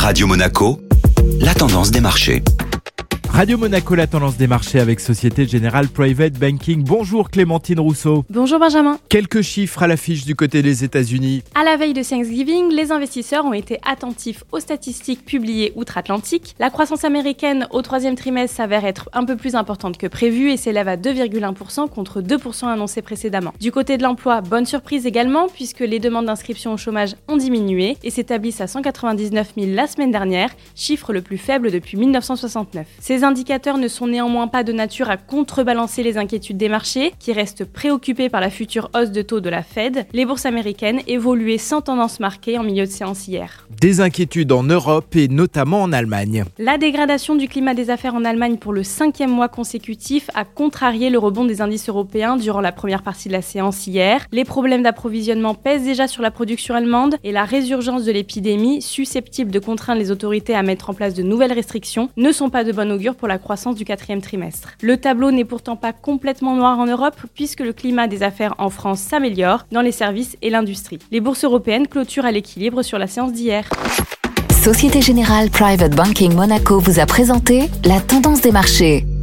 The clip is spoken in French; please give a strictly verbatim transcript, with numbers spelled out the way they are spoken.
Radio Monaco, la tendance des marchés. Radio Monaco, la tendance des marchés avec Société Générale Private Banking. Bonjour Clémentine Rousseau. Bonjour Benjamin. Quelques chiffres à l'affiche du côté des États-Unis. À la veille de Thanksgiving, les investisseurs ont été attentifs aux statistiques publiées outre-Atlantique. La croissance américaine au troisième trimestre s'avère être un peu plus importante que prévu et s'élève à deux virgule un pour cent contre deux pour cent annoncés précédemment. Du côté de l'emploi, bonne surprise également puisque les demandes d'inscription au chômage ont diminué et s'établissent à cent quatre-vingt-dix-neuf mille la semaine dernière, chiffre le plus faible depuis mille neuf cent soixante-neuf. Ces indicateurs ne sont néanmoins pas de nature à contrebalancer les inquiétudes des marchés, qui restent préoccupés par la future hausse de taux de la Fed. Les bourses américaines évoluaient sans tendance marquée en milieu de séance hier. Des inquiétudes en Europe et notamment en Allemagne. La dégradation du climat des affaires en Allemagne pour le cinquième mois consécutif a contrarié le rebond des indices européens durant la première partie de la séance hier. Les problèmes d'approvisionnement pèsent déjà sur la production allemande et la résurgence de l'épidémie, susceptible de contraindre les autorités à mettre en place de nouvelles restrictions, ne sont pas de bon augure pour la croissance du quatrième trimestre. Le tableau n'est pourtant pas complètement noir en Europe puisque le climat des affaires en France s'améliore dans les services et l'industrie. Les bourses européennes clôturent à l'équilibre sur la séance d'hier. Société Générale Private Banking Monaco vous a présenté la tendance des marchés.